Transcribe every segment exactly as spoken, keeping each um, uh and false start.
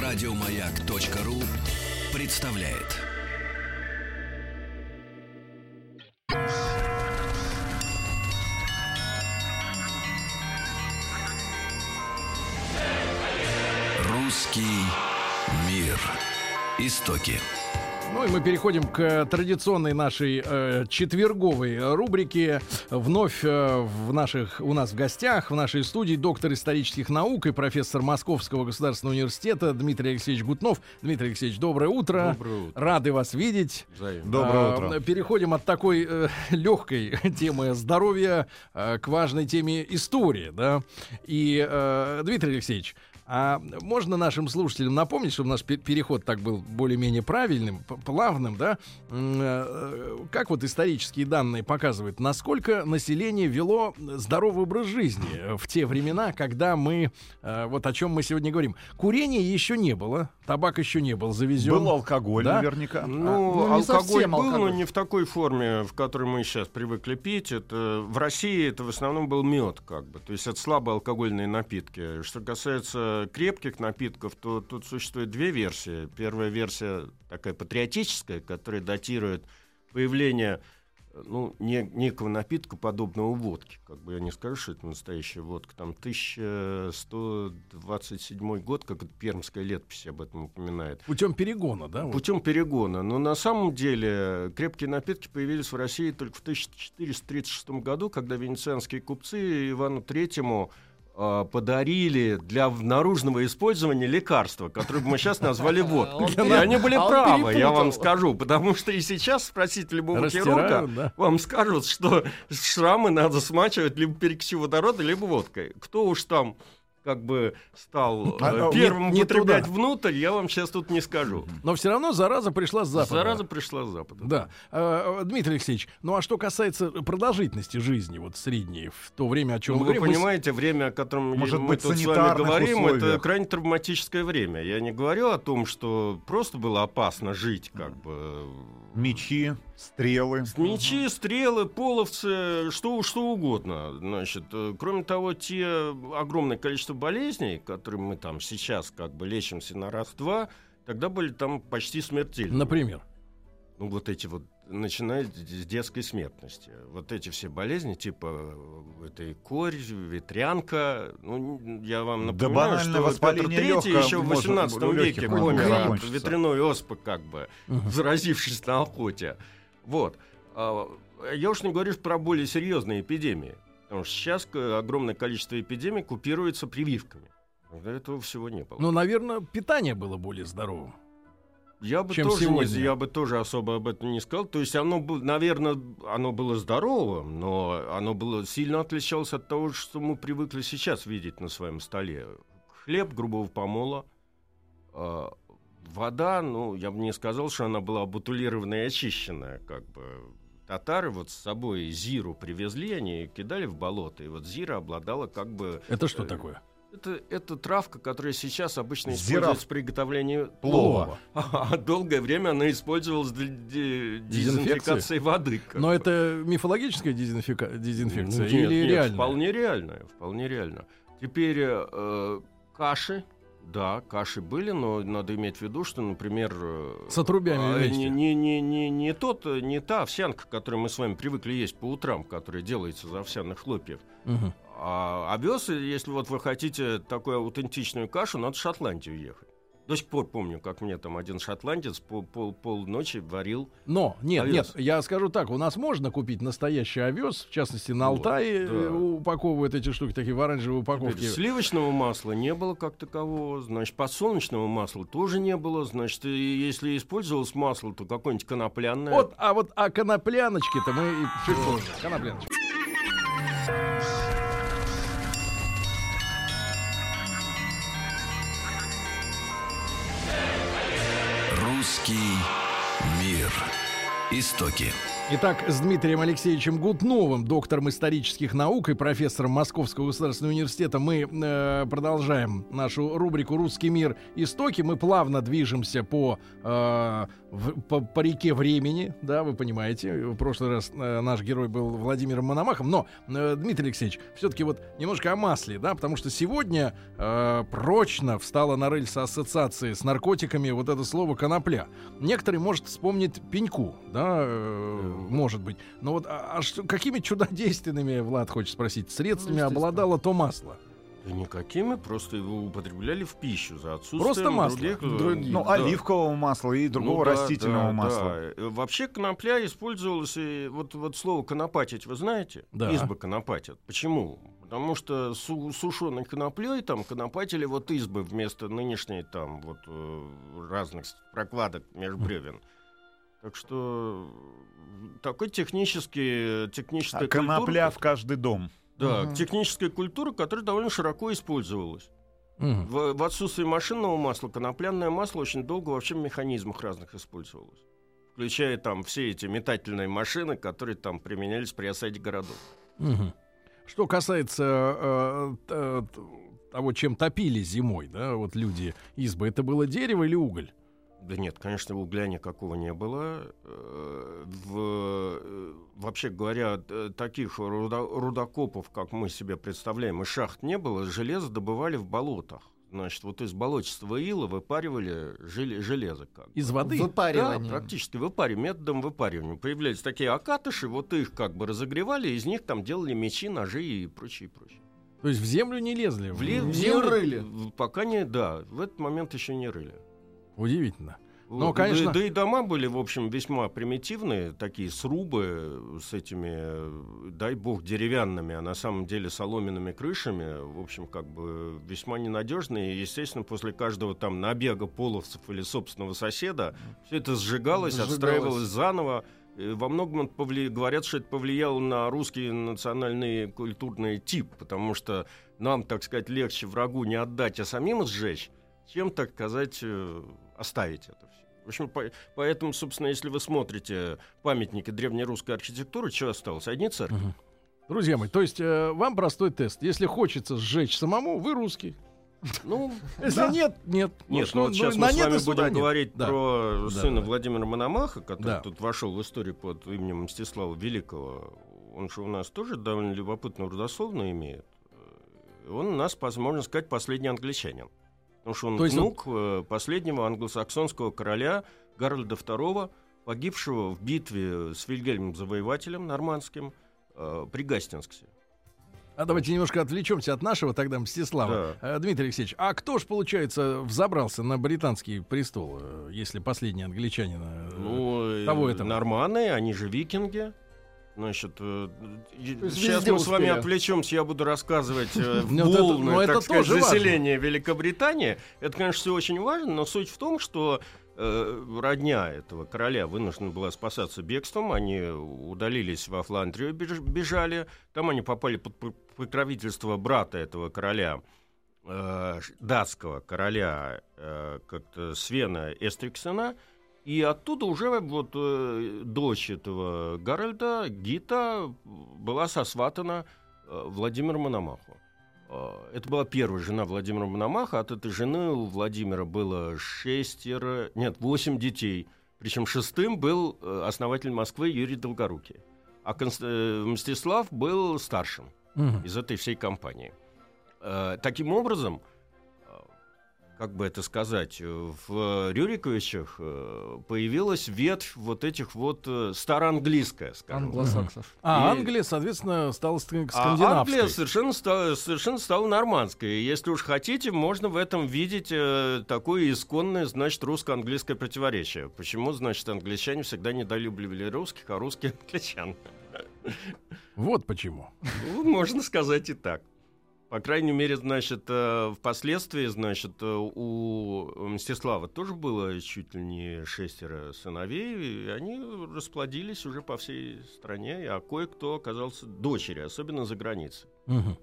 Радиомаяк.ру представляет. Русский мир. Истоки. Ну и мы переходим к традиционной нашей э, четверговой рубрике. Вновь э, в наших, у нас в гостях, в нашей студии доктор исторических наук и профессор Московского государственного университета Дмитрий Алексеевич Гутнов. Дмитрий Алексеевич, доброе утро. Доброе утро. Рады вас видеть. Взаимно. Доброе утро. Э, переходим от такой э, легкой темы здоровья э, к важной теме истории. Да? И, э, Дмитрий Алексеевич, а можно нашим слушателям напомнить, чтобы наш переход так был более-менее правильным, плавным, да? Как вот исторические данные показывают, насколько население вело здоровый образ жизни в те времена, когда мы, вот о чем мы сегодня говорим. Курения еще не было, табак еще не был завезен. Был алкоголь, да? наверняка. Ну, ну алкоголь был, алкоголь. но не в такой форме, в которой мы сейчас привыкли пить. Это, в России это в основном был мед, как бы. То есть это слабоалкогольные напитки. Что касается крепких напитков, то тут существует две версии. Первая версия такая патриотическая, которая датирует появление ну, не, некого напитка, подобного водке. Как бы я не скажу, что это настоящая водка. Там тысяча сто двадцать седьмой год, как это пермская летопись об этом упоминает. Путем перегона, да? Вот. Путем перегона. Но на самом деле крепкие напитки появились в России только в тысяча четыреста тридцать шестом году, когда венецианские купцы Ивану Третьему подарили для наружного использования лекарства, которое мы сейчас назвали водкой. И они были правы, я вам скажу, потому что и сейчас спросите любого хирурга, да? вам скажут, что шрамы надо смачивать либо перекисью водорода, либо водкой. Кто уж там как бы стал а, первым не, не употреблять туда. внутрь, я вам сейчас тут не скажу. Но все равно зараза пришла с запада. Зараза пришла с запада. Да. А, Дмитрий Алексеевич, ну а что касается продолжительности жизни, вот средней, в то время, о чем Ну, мы вы говорим... понимаете, время, о котором Может мы быть, тут с вами санитарных говорим, условиях. это крайне травматическое время. Я не говорю о том, что просто было опасно жить, как бы... Мечи, стрелы. Мечи, стрелы, половцы, что, что угодно. Значит, э, кроме того, те огромное количество болезней, которые мы там сейчас как бы лечимся на раз-два, тогда были там почти смертельные. Например? Ну, вот эти вот, начиная с детской смертности. Вот эти все болезни, типа этой корь, ветрянка. Ну, я вам Да напоминаю, что Петр Третий еще в восемнадцатом веке помер от ветряной оспы, как бы, uh-huh. заразившись на охоте. Вот. Я уж не говорю про более серьезные эпидемии. Потому что сейчас огромное количество эпидемий купируется прививками. До этого всего не было. Ну, наверное, питание было более здоровым. Я бы, чем тоже сегодня. не, я бы тоже особо об этом не сказал. То есть оно, наверное, оно было здоровым, но оно было, сильно отличалось от того, что мы привыкли сейчас видеть на своем столе. Хлеб грубого помола, э, вода, ну, я бы не сказал, что она была бутилированная и очищенная. Как бы. Татары вот с собой зиру привезли, они кидали в болото, и вот зира обладала как бы... Это что э, такое? Это, это травка, которая сейчас обычно Зира. используется при приготовлении Плова. плова. А долгое время она использовалась для де- дезинфекции воды. Но это мифологическая дезинфика- дезинфекция Нет, или нет, реальная? вполне реальная, вполне реально. Теперь э, каши. Да, каши были, но надо иметь в виду, что, например... С отрубями э, вместе. не, не, не, не, не, тот, не та овсянка, которую мы с вами привыкли есть по утрам, которая делается из овсяных хлопьев. Угу. А овес, если вот вы хотите такую аутентичную кашу, надо в Шотландию ехать. До сих пор помню, как мне там один шотландец пол, пол, полночи варил. Но, нет, овес. нет, я скажу так, у нас можно купить настоящий овес, в частности, на Вот, Алтае да. упаковывают эти штуки, такие в оранжевой упаковке. Теперь сливочного масла не было как такового, значит, подсолнечного масла тоже не было, значит, и если использовалось масло, то какое-нибудь конопляное. Вот, а вот о конопляночке-то мы и чуть позже. Конопляночка. Русский мир. Истоки. Итак, с Дмитрием Алексеевичем Гутновым, доктором исторических наук и профессором Московского государственного университета, мы э, продолжаем нашу рубрику «Русский мир. Истоки». Мы плавно движемся по, э, в, по, по реке времени, да, вы понимаете. В прошлый раз э, наш герой был Владимиром Мономахом. Но, э, Дмитрий Алексеевич, все-таки вот немножко о масле, да, потому что сегодня э, прочно встала на рельсы ассоциации с наркотиками вот это слово «конопля». Некоторые, может, вспомнить пеньку, да, э, может быть. Но вот а, а что, какими чудодейственными, Влад хочет спросить, средствами ну, обладало то масло? Да никакими, просто его употребляли в пищу за отсутствием просто масло. других... других ну, да. оливкового масла и другого ну, да, растительного да, масла. Да. Вообще конопля использовалась, и вот, вот слово «конопатить» вы знаете? Да. Избы конопатят. Почему? Потому что су- сушеной коноплей там конопатили вот избы вместо нынешней там вот разных прокладок между бревен. Так что такой технический, техническая а конопля культура, в каждый дом. Да, угу. техническая культура, которая довольно широко использовалась. Угу. В, в отсутствии машинного масла конопляное масло очень долго вообще в механизмах разных использовалось. Включая там все эти метательные машины, которые там применялись при осаде городов. Угу. Что касается э, э, того, чем топили зимой, да, вот люди избы, это было дерево или уголь? Да нет, конечно, угля никакого не было. В, вообще говоря, таких рудокопов, как мы себе представляем, и шахт не было. Железо добывали в болотах. Значит, вот из болотистого ила выпаривали железо. Как из воды? Выпаривание. Да, практически выпаривание, методом выпаривания. Появлялись такие окатыши, вот их как бы разогревали, из них там делали мечи, ножи и прочее, прочее. То есть в землю не лезли? В, в землю рыли? Пока не, да. В этот момент еще не рыли. Удивительно. Вот. Но, конечно... да, да и дома были, в общем, весьма примитивные, такие срубы с этими, дай бог, деревянными, а на самом деле соломенными крышами, в общем, как бы весьма ненадежные. И, естественно, после каждого там набега половцев или собственного соседа все это сжигалось, сжигалось. Отстраивалось заново. И во многом повли... говорят, что это повлияло на русский национальный культурный тип, потому что нам, так сказать, легче врагу не отдать, а самим сжечь, чем, так сказать, оставить это все. В общем, по, поэтому, собственно, если вы смотрите памятники древнерусской архитектуры, что осталось? Одни церкви. Угу. Друзья мои, то есть э, вам простой тест. Если хочется сжечь самому, вы русский. Ну, если да. нет, нет. Нет, ну, ну, вот сейчас ну, мы с вами нет будем нет. говорить да. про да, сына да. Владимира Мономаха, который да. тут вошел в историю под именем Мстислава Великого. Он же у нас тоже довольно любопытную родословную имеет. Он у нас, можно сказать, последний англичанин. Потому что он внук он... последнего англосаксонского короля Гарольда второго, погибшего в битве с Вильгельмом Завоевателем нормандским э, при Гастингсе. А давайте немножко отвлечемся от нашего тогда Мстислава. Да. Дмитрий Алексеевич, а кто ж, получается, взобрался на британский престол, если последний англичанин ну, того этого? Норманы, они же викинги. Значит, э, сейчас мы успели. С вами отвлечемся, я буду рассказывать э, волны, так сказать, заселения Великобритании. Это, конечно, все очень важно, но суть в том, что э, родня этого короля вынуждена была спасаться бегством. Они удалились во Фландрию, бежали. Там они попали под покровительство брата этого короля, э, датского короля, э, как-то Свена Эстриксена. И оттуда уже вот э, дочь этого Гарольда, Гита, была сосватана э, Владимиру Мономаху. Э, это была первая жена Владимира Мономаха. От этой жены у Владимира было шестеро, нет, восемь детей. Причем шестым был э, основатель Москвы Юрий Долгорукий. А Конст... э, Мстислав был старшим угу. из этой всей компании. Э, таким образом... как бы это сказать, в Рюриковичах появилась ветвь вот этих вот староанглийская, скажем. Англосаксов. Mm-hmm. А и... Англия, соответственно, стала скандинавской. А Англия совершенно стала, совершенно стала нормандской. И если уж хотите, можно в этом видеть э, такое исконное, значит, русско-английское противоречие. Почему, значит, англичане всегда недолюбливали русских, а русские англичан? Вот почему. Ну, можно сказать и так. По крайней мере, значит, впоследствии, значит, у Мстислава тоже было чуть ли не шестеро сыновей, и они расплодились уже по всей стране, а кое-кто оказался дочерью, особенно за границей. Угу.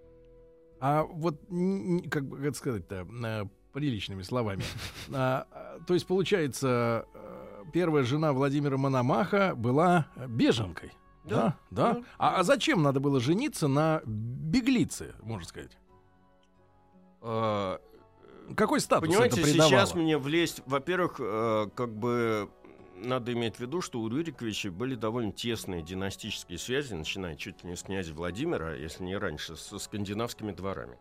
А вот, как бы сказать-то, приличными словами, то есть, получается, первая жена Владимира Мономаха была беженкой. Да, да. да. А, а зачем надо было жениться на беглице, можно сказать? А, Какой статус понимаете, это придавало? Сейчас мне влезть, во-первых, э, как бы надо иметь в виду, что у Рюриковичей были довольно тесные династические связи, начиная чуть ли не с князя Владимира, если не раньше, со скандинавскими дворами.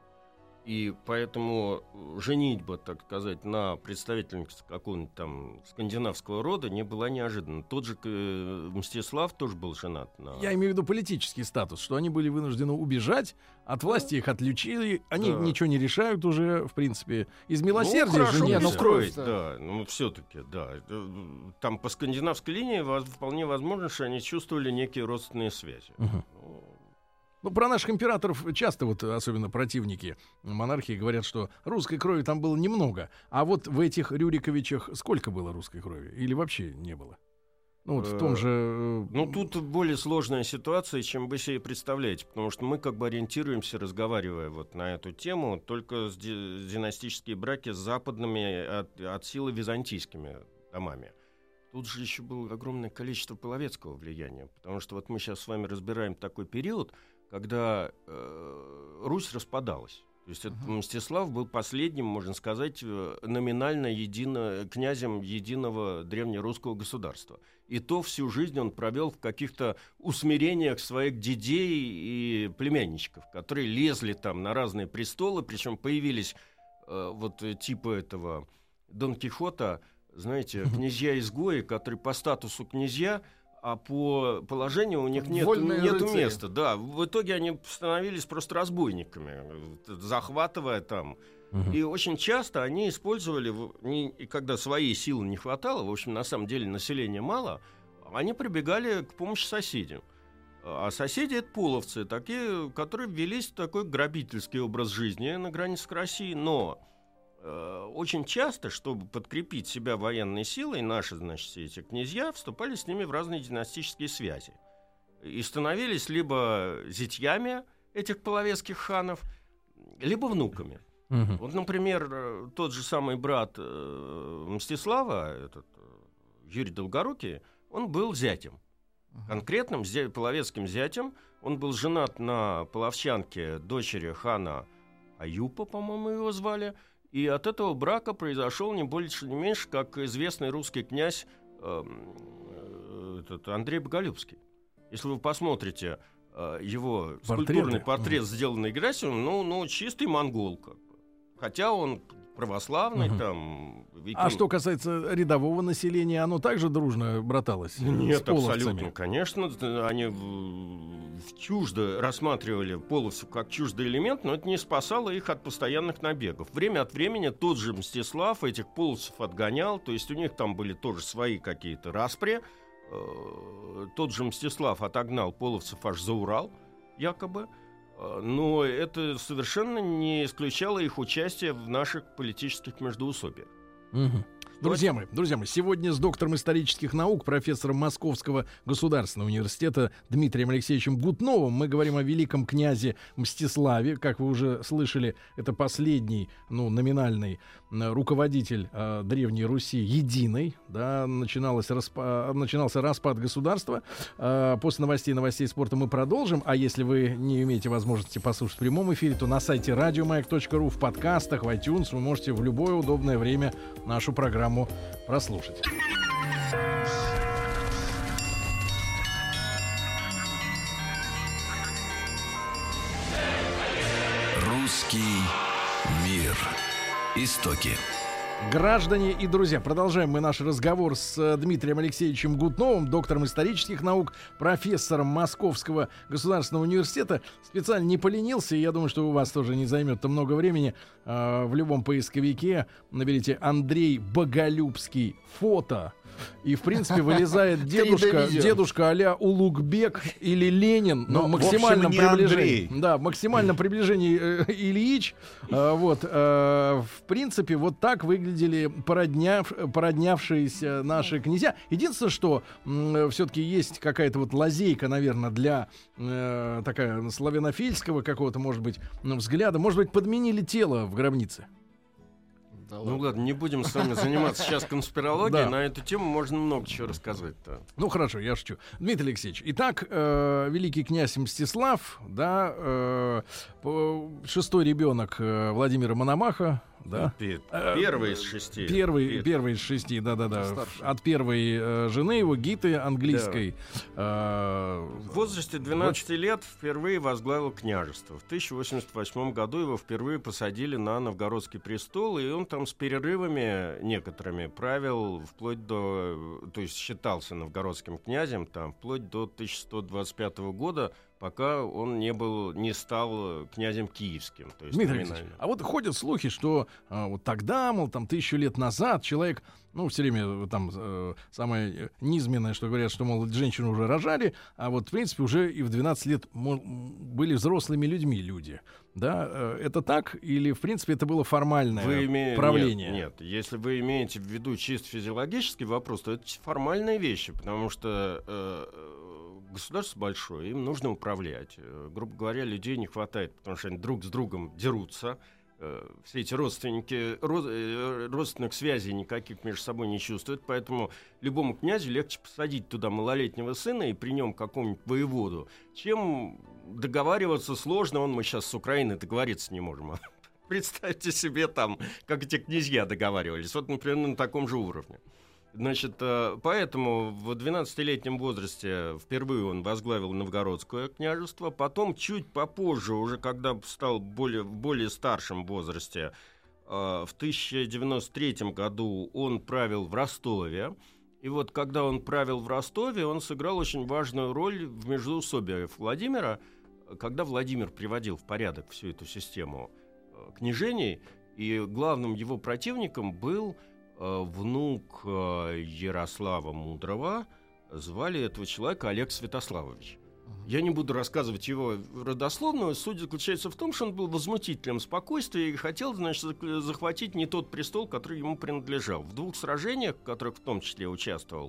И поэтому женитьба, так сказать, на представительнице какого-нибудь там скандинавского рода не была неожиданна. Тот же э, Мстислав тоже был женат на... Я имею в виду политический статус, что они были вынуждены убежать, от власти их отлучили, они да. ничего не решают уже, в принципе, из милосердия. Ну, хорошо, жене, не но строить, да, ну все-таки, да. Там по скандинавской линии вполне возможно, что они чувствовали некие родственные связи. Угу. Ну, про наших императоров часто, вот, особенно противники монархии, говорят, что русской крови там было немного. А вот в этих Рюриковичах сколько было русской крови? Или вообще не было? Ну, вот в том же... Ну, тут более сложная ситуация, чем вы себе представляете, потому что мы как бы ориентируемся, разговаривая вот на эту тему, только с ди- династические браки с западными от, от силы византийскими домами. Тут же еще было огромное количество половецкого влияния, потому что вот мы сейчас с вами разбираем такой период, когда э, Русь распадалась. То есть этот uh-huh. Мстислав был последним, можно сказать, номинально едино, князем единого древнерусского государства. И то всю жизнь он провел в каких-то усмирениях своих дедей и племянничков, которые лезли там на разные престолы, причем появились э, вот типа этого Дон Кихота, знаете, uh-huh. князья-изгои, которые по статусу князья, а по положению у них нет, нету места. Да, в итоге они становились просто разбойниками, захватывая там. Угу. И очень часто они использовали, не, и когда своей силы не хватало, в общем, на самом деле населения мало, они прибегали к помощи соседям. А соседи — это половцы, такие, которые ввелись в такой грабительский образ жизни на границах России, но... Очень часто, чтобы подкрепить себя военной силой, наши, значит, все эти князья вступали с ними в разные династические связи. И становились либо зятьями этих половецких ханов, либо внуками. Угу. Вот, например, тот же самый брат э, Мстислава, этот, Юрий Долгорукий, он был зятем. Угу. Конкретным зя- половецким зятем. Он был женат на половчанке, дочери хана Аюпа, по-моему, его звали. И от этого брака произошел не больше, не меньше, как известный русский князь э, э, этот Андрей Боголюбский. Если вы посмотрите э, его Портреты. скульптурный портрет, mm. сделанный Герасимом, ну, ну, чистый монгол, как бы. Хотя он православный, mm-hmm. там... Викинг... А что касается рядового населения, оно также дружно браталось? Нет, с половцами? Абсолютно, конечно. Они в, в чуждо рассматривали половцев как чуждый элемент, но это не спасало их от постоянных набегов. Время от времени тот же Мстислав этих половцев отгонял, то есть у них там были тоже свои какие-то распри. Тот же Мстислав отогнал половцев аж за Урал, якобы. Но это совершенно не исключало их участие в наших политических междоусобиях. Угу. Друзья мои, друзья мои, сегодня с доктором исторических наук, профессором Московского государственного университета Дмитрием Алексеевичем Гутновым мы говорим о великом князе Мстиславе. Как вы уже слышали, это последний, ну, номинальный руководитель э, Древней Руси единой. Да, начиналось распа- начинался распад государства. Э, после новостей новостей спорта мы продолжим. А если вы не имеете возможности послушать в прямом эфире, то на сайте радиомаяк точка ру, в подкастах, в iTunes вы можете в любое удобное время нашу программу прослушать. Русский мир. Истоки. Граждане и друзья, продолжаем мы наш разговор с Дмитрием Алексеевичем Гутновым, доктором исторических наук, профессором Московского государственного университета. Специально не поленился, и я думаю, что у вас тоже не займет-то много времени. В любом поисковике наберите Андрей Боголюбский фото. И, в принципе, вылезает дедушка, дедушка а-ля Улугбек или Ленин, но в максимальном приближении. Да, в максимальном приближении э, Ильич. Э, вот, э, в принципе, вот так выглядели породняв, породнявшиеся наши князья. Единственное, что э, все-таки есть какая-то вот лазейка, наверное, для э, такая славянофильского какого-то, может быть, взгляда. Может быть, подменили тело в гробнице. Да ну ладно, не будем с вами заниматься сейчас конспирологией. Да. На эту тему можно много чего рассказать-то. Ну хорошо, я шучу. Дмитрий Алексеевич, итак, э, великий князь Мстислав, да, э, шестой ребенок э, Владимира Мономаха, да? Первый из шести. Первый, Первый. первый из шести, да-да-да. От первой э, жены его, Гиты, английской. Да. Э, в возрасте двенадцати вот. лет впервые возглавил княжество. В тысяча восемьдесят восьмом году его впервые посадили на новгородский престол, и он там с перерывами некоторыми правил вплоть до... То есть считался новгородским князем там вплоть до тысяча сто двадцать пятого года, пока он не был, не стал князем киевским. То есть Дмитрий Алексеевич, а вот ходят слухи, что а, вот тогда, мол, там тысячу лет назад человек, ну, все время там э, самое низменное, что говорят, что, мол, женщину уже рожали, а вот, в принципе, уже и в двенадцать лет мол, были взрослыми людьми люди. Да, э, это так? Или, в принципе, это было формальное вы име... правление? Нет, нет, если вы имеете в виду чисто физиологический вопрос, то это формальные вещи, потому что... Э, государство большое, им нужно управлять. Грубо говоря, людей не хватает, потому что они друг с другом дерутся. Все эти родственники, родственных связей никаких между собой не чувствуют, поэтому любому князю легче посадить туда малолетнего сына и при нем какому-нибудь воеводу, чем договариваться сложно. Он, мы сейчас с Украиной договориться не можем. Представьте себе там, как эти князья договаривались. Вот, например, на таком же уровне. Значит, поэтому в двенадцатилетнем возрасте впервые он возглавил Новгородское княжество, потом чуть попозже, уже когда стал более, в более старшем возрасте, в тысяча девяносто третьем году он правил в Ростове. И вот когда он правил в Ростове, он сыграл очень важную роль в междоусобиях Владимира, когда Владимир приводил в порядок всю эту систему княжений, и главным его противником был внук Ярослава Мудрого, звали этого человека Олег Святославович. Я не буду рассказывать его родословную. Суть заключается в том, что он был возмутителем спокойствия и хотел, значит, захватить не тот престол, который ему принадлежал. В двух сражениях, в которых в том числе участвовал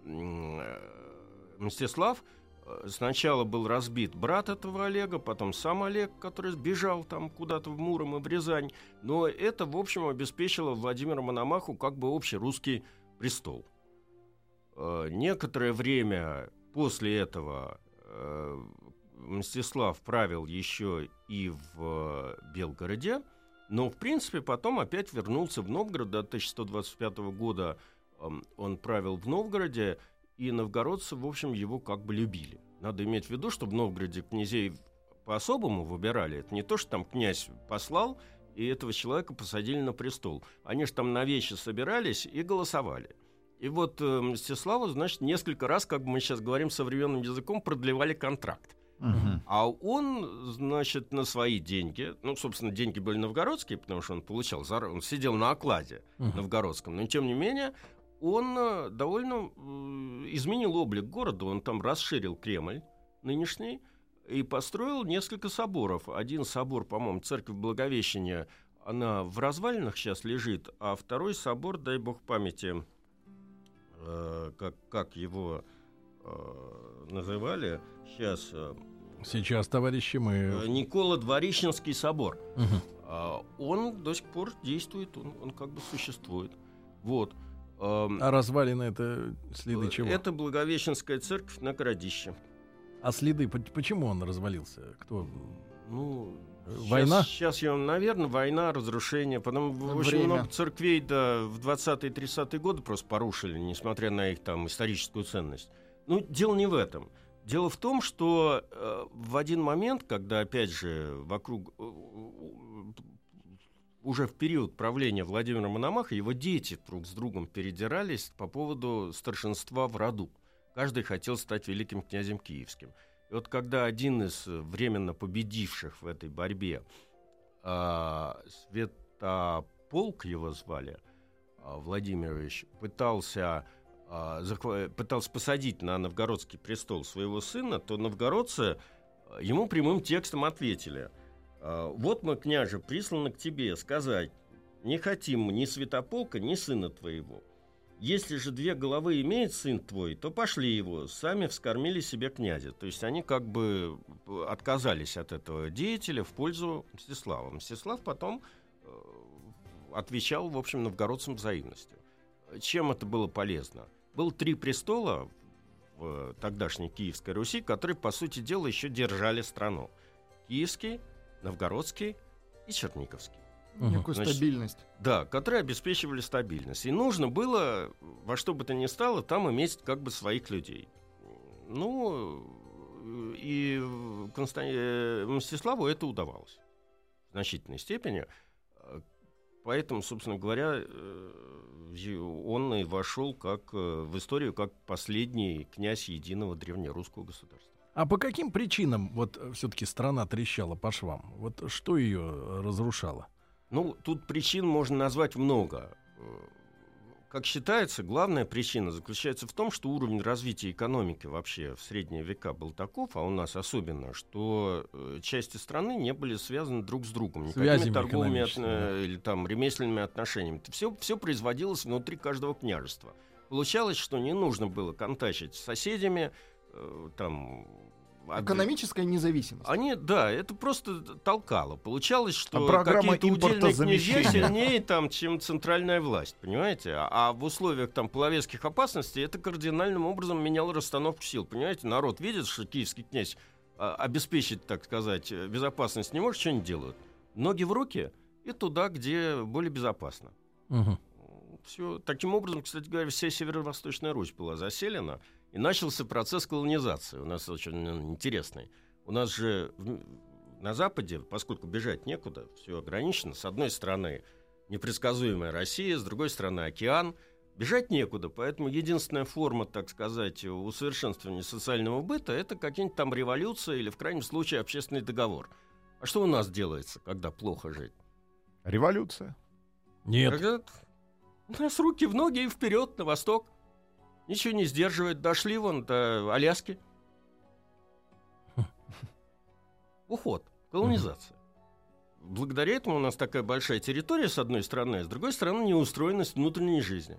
Мстислав, сначала был разбит брат этого Олега, потом сам Олег, который сбежал там куда-то в Муром и в Рязань. Но это, в общем, обеспечило Владимиру Мономаху как бы общий русский престол. Некоторое время после этого Мстислав правил еще и в Белгороде, но, в принципе, потом опять вернулся в Новгород. До тысяча сто двадцать пятого года он правил в Новгороде, и новгородцы, в общем, его как бы любили. Надо иметь в виду, что в Новгороде князей по-особому выбирали. Это не то, что там князь послал, и этого человека посадили на престол. Они же там на вещи собирались и голосовали. И вот э, Мстиславу, значит, несколько раз, как бы мы сейчас говорим современным языком, продлевали контракт. Uh-huh. А он, значит, на свои деньги, ну, собственно, деньги были новгородские, потому что он получал, он сидел на окладе uh-huh. новгородском, но, тем не менее, он довольно э, изменил облик города, он там расширил Кремль нынешний и построил несколько соборов. Один собор, по-моему, церковь Благовещения, она в развалинах сейчас лежит, а второй собор, дай бог памяти, э, как, как его э, называли, сейчас... Э, сейчас, товарищи, мы... Э, Николо-Дворищенский собор. Угу. Э, он до сих пор действует, он, он как бы существует. Вот. А развалины — это следы чего? Это Благовещенская церковь на городище. А следы, почему он развалился? Кто? Ну, война? Сейчас, сейчас я, наверное, война, разрушение. Потом Время. очень много церквей да, в двадцатые-тридцатые годы просто порушили, несмотря на их там историческую ценность. Ну, дело не в этом. Дело в том, что э, в один момент, когда, опять же, вокруг... Э, уже в период правления Владимира Мономаха его дети друг с другом передирались по поводу старшинства в роду. Каждый хотел стать великим князем киевским. И вот когда один из временно победивших в этой борьбе, э, Святополк его звали, э, Владимирович, пытался, э, захва- пытался посадить на новгородский престол своего сына, то новгородцы ему прямым текстом ответили: «Вот мы, княже, присланы к тебе сказать, не хотим мы ни Святополка, ни сына твоего. Если же две головы имеет сын твой, то пошли его, сами вскормили себе князя». То есть они как бы отказались от этого деятеля в пользу Мстислава. Мстислав потом отвечал, в общем, новгородцам взаимностью. Чем это было полезно? Было три престола в тогдашней Киевской Руси, которые, по сути дела, еще держали страну. Киевский, Новгородский и Черниговский. Некую Значит, стабильность. Да, которые обеспечивали стабильность. И нужно было, во что бы то ни стало, там иметь как бы своих людей. Ну, и Констан... Мстиславу это удавалось в значительной степени. Поэтому, собственно говоря, он и вошел как, в историю как последний князь единого древнерусского государства. А по каким причинам вот все-таки страна трещала по швам? Вот что ее разрушало? Ну, тут причин можно назвать много. Как считается, главная причина заключается в том, что уровень развития экономики вообще в средние века был таков, а у нас особенно, что части страны не были связаны друг с другом, никакими торговыми от, да. или там ремесленными отношениями. Все, все производилось внутри каждого княжества. Получалось, что не нужно было контачить с соседями, там... Экономическая независимость. Они, да, это просто толкало. Получалось, что а какие-то удельные князья сильнее, там, чем центральная власть, понимаете? А, а в условиях там половецких опасностей это кардинальным образом меняло расстановку сил, понимаете? Народ видит, что киевский князь а, обеспечить, так сказать, безопасность не может, что они делают? Ноги в руки и туда, где более безопасно. Угу. Все. Таким образом, кстати говоря, вся Северо-Восточная Русь была заселена. И начался процесс колонизации. У нас очень интересный. У нас же на Западе, поскольку бежать некуда, все ограничено. С одной стороны непредсказуемая Россия, с другой стороны океан. Бежать некуда, поэтому единственная форма, так сказать, усовершенствования социального быта — это какие-нибудь там революция или, в крайнем случае, общественный договор. А что у нас делается, когда плохо жить? Революция. Нет. Когда у нас руки в ноги и вперед, на восток. Ничего не сдерживает. Дошли вон до Аляски. Уход. Колонизация. Благодаря этому у нас такая большая территория, с одной стороны, а с другой стороны, неустроенность внутренней жизни.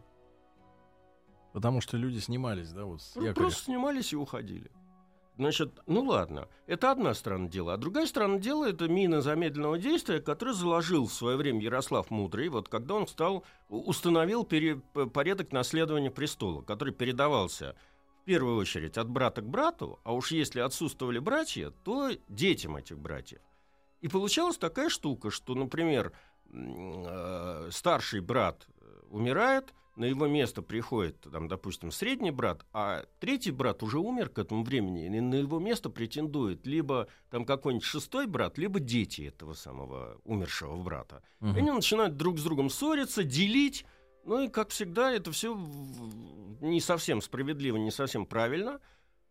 Потому что люди снимались, да, вот с Ну, якоря. просто снимались и уходили. Значит, ну ладно, это одна сторона дела. А другая сторона дела — это мина замедленного действия, которую заложил в свое время Ярослав Мудрый, вот когда он стал, установил пере, порядок наследования престола, который передавался в первую очередь от брата к брату, а уж если отсутствовали братья, то детям этих братьев. И получалась такая штука, что, например, старший брат умирает, на его место приходит, там, допустим, средний брат, а третий брат уже умер к этому времени, и на его место претендует либо там какой-нибудь шестой брат, либо дети этого самого умершего брата. Угу. И они начинают друг с другом ссориться, делить. Ну и, как всегда, это все не совсем справедливо, не совсем правильно.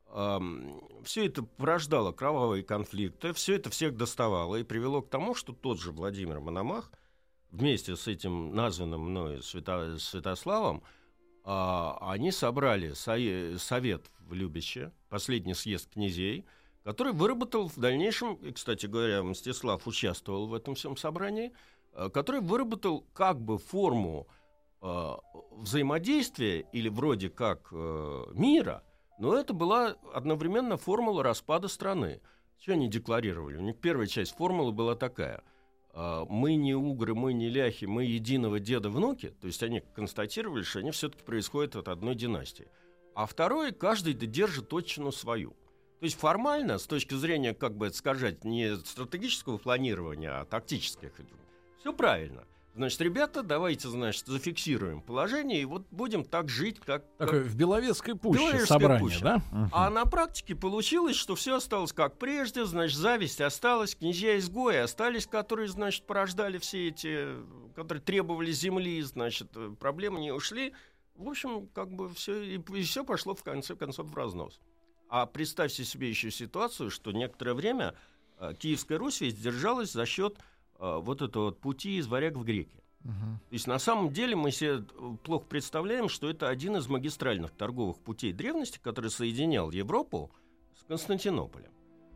Все это порождало кровавые конфликты, все это всех доставало и привело к тому, что тот же Владимир Мономах вместе с этим названным мною Свято, Святославом, а, они собрали со- совет в Любиче, последний съезд князей, который выработал в дальнейшем, и, кстати говоря, Мстислав участвовал в этом всем собрании, а, который выработал как бы форму а, взаимодействия или вроде как а, мира, но это была одновременно формула распада страны. Что они декларировали? У них первая часть формулы была такая: мы не угры, мы не ляхи, мы единого деда внуки. То есть они констатировали, что они все-таки происходят от одной династии. А второе, каждый держит отчину свою. То есть формально, с точки зрения, как бы это сказать, не стратегического планирования, а тактических, все правильно. Значит, ребята, давайте, значит, зафиксируем положение и вот будем так жить, как... Такое как... в Беловежской пуще Беловежская собрание, пуща. да? А на практике получилось, что все осталось как прежде, значит, зависть осталась, князья-изгои остались, которые, значит, порождали все эти, которые требовали земли, значит, проблемы не ушли. В общем, как бы все, и, и все пошло в конце концов в разнос. А представьте себе еще ситуацию, что некоторое время э, Киевская Русь ведь держалась за счет э, вот этого вот пути из варяг в греки. Uh-huh. То есть на самом деле мы себе плохо представляем, что это один из магистральных торговых путей древности, который соединял Европу с Константинополем.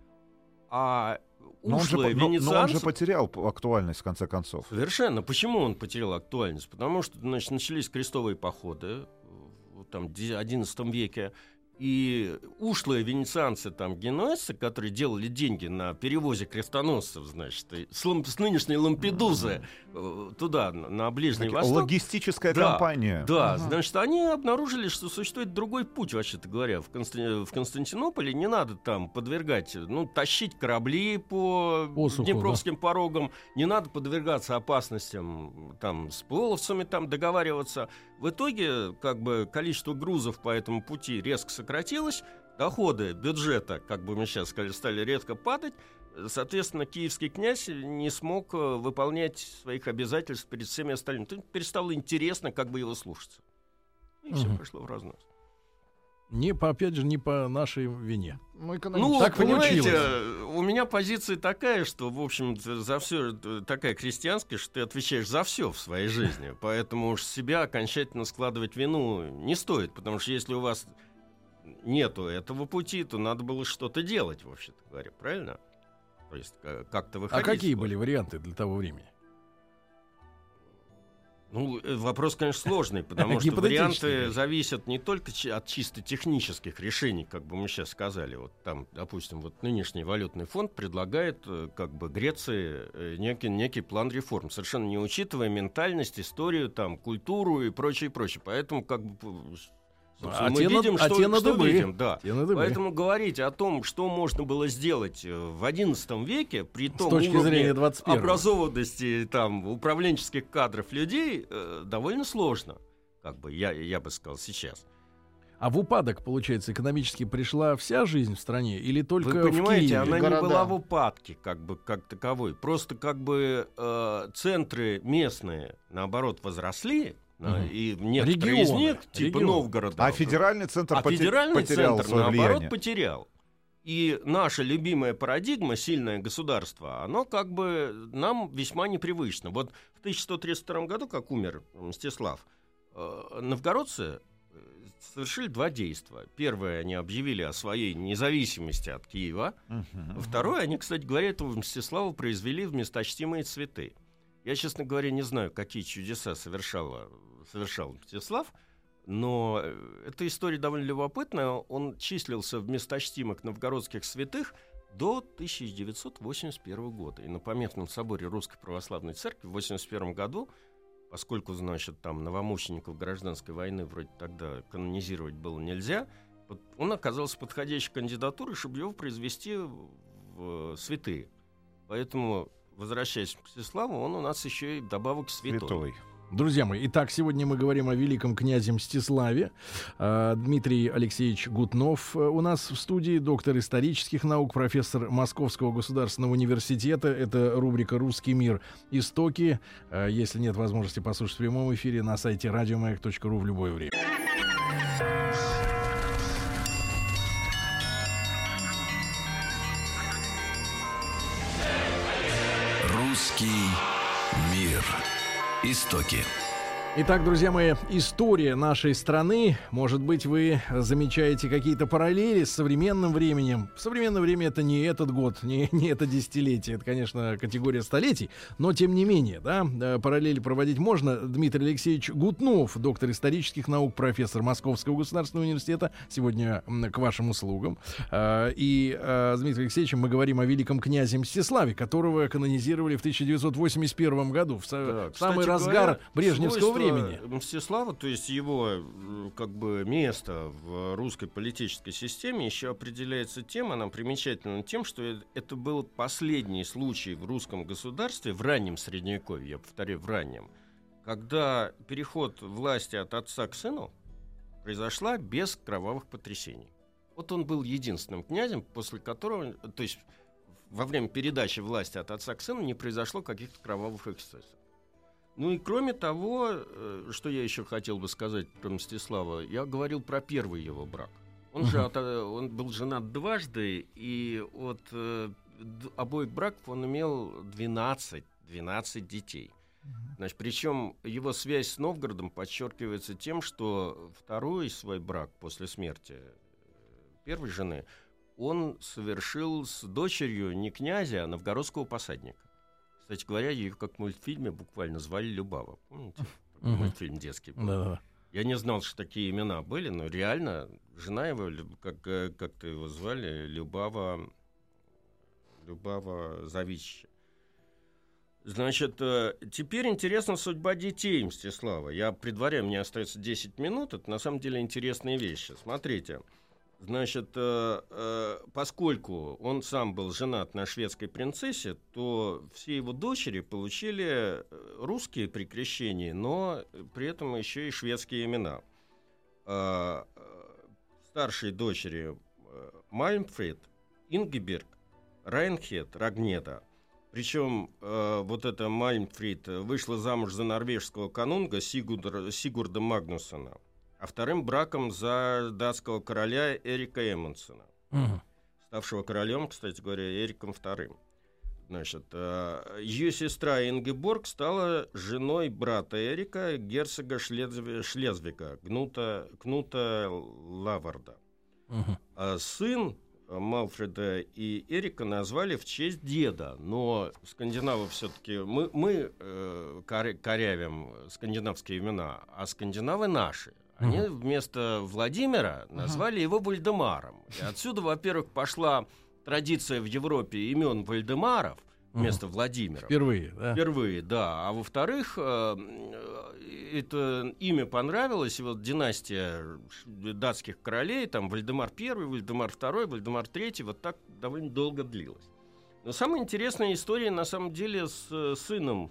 А ушлые но он, же, венецианцы... но, но он же потерял актуальность в конце концов. Совершенно. Почему он потерял актуальность? Потому что, значит, начались крестовые походы там, в одиннадцатом веке, И ушлые венецианцы, там, генуэзцы, которые делали деньги на перевозе крестоносцев, значит, с, лам- с нынешней Лампедузы э, туда, на, на Ближний Так, Восток. логистическая Да, компания. Да, Ага. значит, они обнаружили, что существует другой путь, вообще-то говоря. В, Констан- в Константинополе не надо там подвергать, ну, тащить корабли по Посуху, Днепровским порогам, не надо подвергаться опасностям там с половцами там договариваться. В итоге, как бы, количество грузов по этому пути резко сократилось, доходы бюджета, как бы мы сейчас сказали, стали резко падать. Соответственно, киевский князь не смог э, выполнять своих обязательств перед всеми остальными. То есть перестало интересно, как бы его слушаться. И все Мгм. пошло в разнос. Не по, опять же, не по нашей вине. Ну, Ну, экономически. так понимаете, получилось. у меня позиция такая, что, в общем, за все такая христианская, что ты отвечаешь за все в своей жизни. Поэтому уж себя окончательно складывать вину не стоит. Потому что если у вас нету этого пути, то надо было что-то делать, вообще-то говоря. Правильно? То есть э, как-то А выходить. какие из были варианты для того времени? Ну, э, вопрос, конечно, сложный, потому что Гипотетический, варианты конечно. зависят не только чи- от чисто технических решений, как бы мы сейчас сказали. Вот там, допустим, вот нынешний валютный фонд предлагает э, как бы Греции э, некий, некий план реформ, совершенно не учитывая ментальность, историю, там, культуру и прочее, прочее. Поэтому как бы п- собственно, А мы те на- видим, а что, те на что дыбы. видим, да. Те на дыбы. Поэтому говорить о том, что можно было сделать э, в одиннадцатом веке, при том точки уровне зрения двадцать первого. образованности там, управленческих кадров людей, э, довольно сложно, как бы я, я бы сказал сейчас. А в упадок, получается, экономически пришла вся жизнь в стране или только Вы понимаете, в Киеве? она Города. не была в упадке, как бы как таковой. Просто как бы э, центры местные, наоборот, возросли. Да, Мгм. и некоторые из Регионы, них, типа регионы. Новгорода, А федеральный центр а поте- федеральный потерял центр, свое наоборот, влияние. потерял. И наша любимая парадигма, сильное государство, оно как бы нам весьма непривычно. Вот в тысяча сто тридцать втором году, как умер Мстислав, э, новгородцы э, совершили два действия. Первое, они объявили о своей независимости от Киева. Мгм. Второе, они, кстати говоря, этого Мстислава произвели в месточтимые цветы. Я, честно говоря, не знаю, какие чудеса совершала, совершал Мстислав, но э, эта история довольно любопытная. Он числился в месточтимых новгородских святых до тысяча девятьсот восемьдесят первого года. И на Поместном соборе Русской Православной Церкви в восемьдесят первом году, поскольку, значит, там новомучеников гражданской войны вроде тогда канонизировать было нельзя, вот он оказался подходящей кандидатурой, чтобы его произвести в святые. Поэтому, возвращаясь к Мстиславу, он у нас еще и добавок святой. Святой. Друзья мои, итак, сегодня мы говорим о великом князе Мстиславе. А, Дмитрий Алексеевич Гутнов а, у нас в студии, доктор исторических наук, профессор Московского государственного университета. Это рубрика «Русский мир. Истоки». А, если нет возможности послушать в прямом эфире, на сайте радиомаяк точка ру в любое время. Русский мир. Истоки. Итак, друзья мои, история нашей страны. Может быть, вы замечаете какие-то параллели с современным временем. В современное время это не этот год, не, не это десятилетие. Это, конечно, категория столетий. Но, тем не менее, да, э, параллели проводить можно. Дмитрий Алексеевич Гутнов, доктор исторических наук, профессор Московского государственного университета, сегодня м, к вашим услугам. Э, И э, с Дмитрием Алексеевичем мы говорим о великом князе Мстиславе, которого канонизировали в тысяча девятьсот восемьдесят первом году, в, со- Да, в самый кстати разгар говоря, брежневского свойства времени. Мстислава, то есть его э, как бы место в русской политической системе еще определяется тем, она примечательна тем, что э- это был последний случай в русском государстве в раннем Средневековье, я повторяю, в раннем, когда переход власти от отца к сыну произошла без кровавых потрясений. Вот он был единственным князем, после которого, то есть во время передачи власти от отца к сыну не произошло каких-то кровавых эксцессов. Ну и кроме того, э, что я еще хотел бы сказать про Мстислава, я говорил про первый его брак. Он же от, э, он был женат дважды, и от э, д- обоих браков он имел двенадцать, двенадцать детей. Значит, причем его связь с Новгородом подчеркивается тем, что второй свой брак после смерти э, первой жены он совершил с дочерью не князя, а новгородского посадника. Кстати говоря, ее как в мультфильме буквально звали Любава. Помните? Мгм. Мультфильм детский был. Да-да-да. Я не знал, что такие имена были, но реально жена его, как, как-то его звали, Любава, Любава Завичича. Значит, теперь интересна судьба детей Мстислава. Я предваряю, мне остается десять минут. Это на самом деле интересные вещи. Смотрите. Значит, поскольку он сам был женат на шведской принцессе, то все его дочери получили русские при крещении, но при этом еще и шведские имена. Старшие дочери Мальмфрид, Ингиберг, Райнхед, Рагнеда. Причем э, вот эта Мальмфрид вышла замуж за норвежского канунга Сигурда, Сигурда Магнусона, а вторым браком за датского короля Эрика Эммундсена, угу. ставшего королем, кстати говоря, Эриком вторым. Значит, э, ее сестра Ингеборг стала женой брата Эрика, герцога Шлезви, Шлезвига, Гнута, Кнута Лаварда. Угу. А сын Малфреда и Эрика назвали в честь деда, но скандинавы все-таки мы, мы э, корявим скандинавские имена, а скандинавы наши. Они uh-huh. вместо Владимира назвали uh-huh. его Вальдемаром. И отсюда, во-первых, пошла традиция в Европе имен Вальдемаров вместо uh-huh. Владимира. Впервые, да? Впервые, да. А во-вторых, э, это имя понравилось, и вот династия датских королей, там Вальдемар Первый, Вальдемар Второй, Вальдемар Третий, вот так довольно долго длилось. Но самая интересная история, на самом деле, с сыном,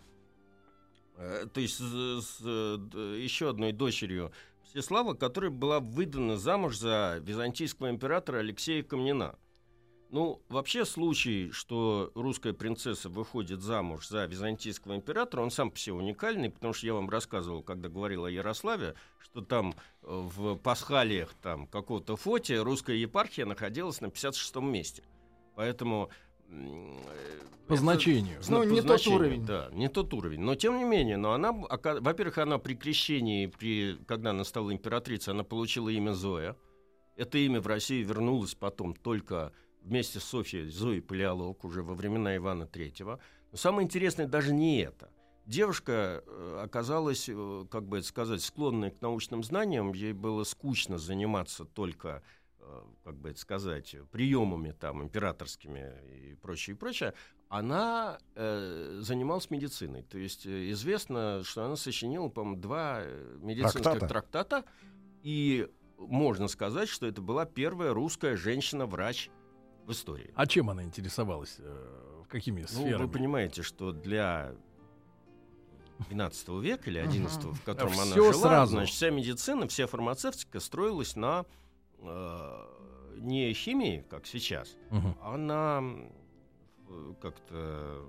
э, то есть с, с э, еще одной дочерью Мстислава, которая была выдана замуж за византийского императора Алексея Комнина. Ну, вообще случай, что русская принцесса выходит замуж за византийского императора, он сам по себе уникальный, потому что я вам рассказывал, когда говорил о Ярославе, что там в пасхалиях там, какого-то Фотия русская епархия находилась на пятьдесят шестом месте. Поэтому... По это, значению. Ну, не тот уровень. Да, не тот уровень. Но, тем не менее, но она, во-первых, она при крещении, при, когда она стала императрицей, она получила имя Зоя. Это имя в России вернулось потом только... вместе с Софьей Зоей Палеолог уже во времена Ивана Третьего. Но самое интересное даже не это. Девушка э, оказалась, э, как бы это сказать, склонной к научным знаниям. Ей было скучно заниматься только, э, как бы это сказать, приемами там, императорскими и прочее, и прочее. Она э, занималась медициной. То есть э, известно, что она сочинила, по-моему, два медицинских трактата. трактата. И можно сказать, что это была первая русская женщина-врач в истории. А чем она интересовалась? Какими сферами? Ну, вы понимаете, что для двенадцатого века или одиннадцатого, uh-huh. в котором а она жила, сразу. Значит, вся медицина, вся фармацевтика строилась на э, не химии, как сейчас, uh-huh. а на э, как-то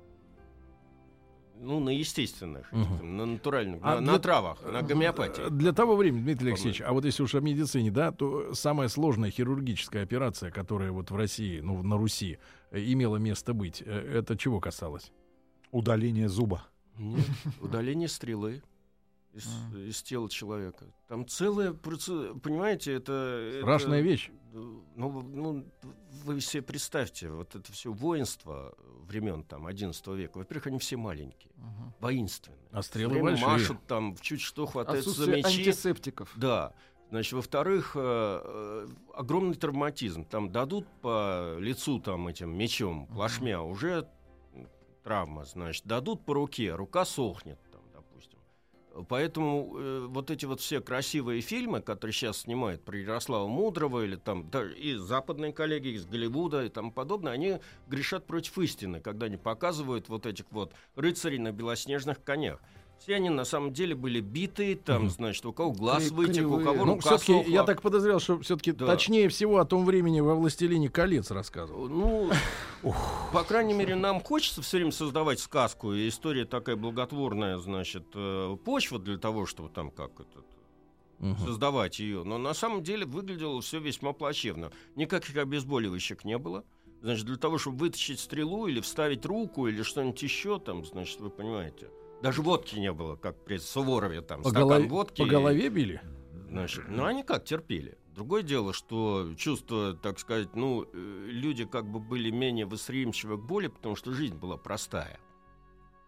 ну, на естественных, uh-huh. на натуральных, а на, для, на травах, на гомеопатии. Для того времени, Дмитрий Алексеевич, а вот если уж о медицине, да, то самая сложная хирургическая операция, которая вот в России, ну, на Руси имела место быть, это чего касалось? Удаление зуба. Нет, удаление стрелы из, mm. из тела человека. Там целая процедура, понимаете, это... Страшная это, вещь. Ну, ну, вы себе представьте, вот это все воинство времен там одиннадцатого века. Во-первых, они все маленькие, uh-huh. воинственные. А стрелы большие. Машут там, чуть что хватаются за мечи. Антисептиков. Да. Значит, во-вторых, э, э, огромный травматизм. Там дадут по лицу там этим мечом, плашмя, uh-huh. уже травма, значит. Дадут по руке, рука сохнет. Поэтому э, вот эти вот все красивые фильмы, которые сейчас снимают про Ярослава Мудрого или там да, и западные коллеги из Голливуда и тому подобное, они грешат против истины, когда они показывают вот этих вот рыцарей на белоснежных конях. Все они на самом деле были битые, там, mm-hmm. значит, у кого глаз вытек, у кого ну, рука сохла. Я так подозревал, что все-таки да. точнее всего о том времени во «Властелине колец» рассказывал. Ну, по крайней мере, нам хочется все время создавать сказку, и история такая благотворная, значит, почва для того, чтобы там как это... Uh-huh. создавать ее. Но на самом деле выглядело все весьма плачевно. Никаких обезболивающих не было. Значит, для того, чтобы вытащить стрелу или вставить руку или что-нибудь еще, там, значит, вы понимаете... Даже водки не было, как при Суворове, там, по стакан голове, водки. По голове били? Значит, ну, они как терпели. Другое дело, что чувство, так сказать, ну, люди как бы были менее восприимчивы к боли, потому что жизнь была простая.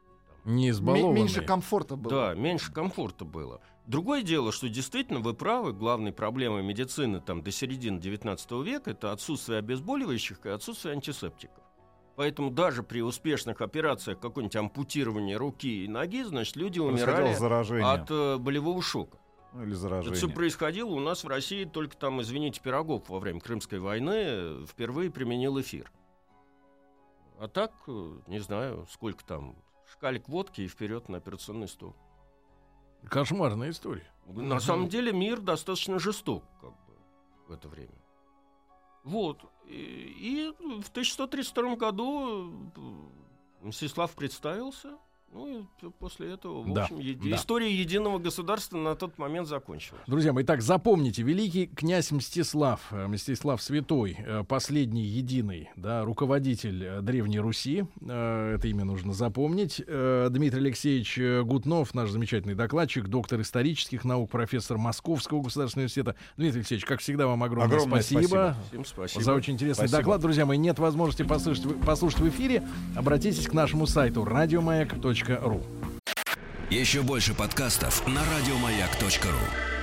Не избалованные. Меньше комфорта было. Да, меньше комфорта было. Другое дело, что действительно вы правы, главной проблемой медицины там, до середины девятнадцатого века это отсутствие обезболивающих и отсутствие антисептиков. Поэтому даже при успешных операциях, какое-нибудь ампутирование руки и ноги, значит, люди умирали от э, болевого шока. Или заражение. Это все происходило у нас в России, только там, извините, Пирогов во время Крымской войны впервые применил эфир. А так, не знаю, сколько там, шкалик водки и вперед на операционный стол. Кошмарная история. На угу. самом деле мир достаточно жесток как бы, в это время. Вот. И, и в тысяча сто тридцать втором году Мстислав представился. Ну и после этого, в да, общем, е- да. история единого государства на тот момент закончилась. Друзья мои, итак, запомните, великий князь Мстислав, Мстислав Святой, последний единый, да, руководитель Древней Руси, это имя нужно запомнить. Дмитрий Алексеевич Гутнов, наш замечательный докладчик, доктор исторических наук, профессор Московского государственного университета. Дмитрий Алексеевич, как всегда, вам огромное, огромное спасибо, спасибо. спасибо за очень интересный спасибо. доклад. Друзья мои, нет возможности послушать, послушать в эфире, обратитесь к нашему сайту радиомаяк точка ру. Еще больше подкастов на радиомаяк точка ру.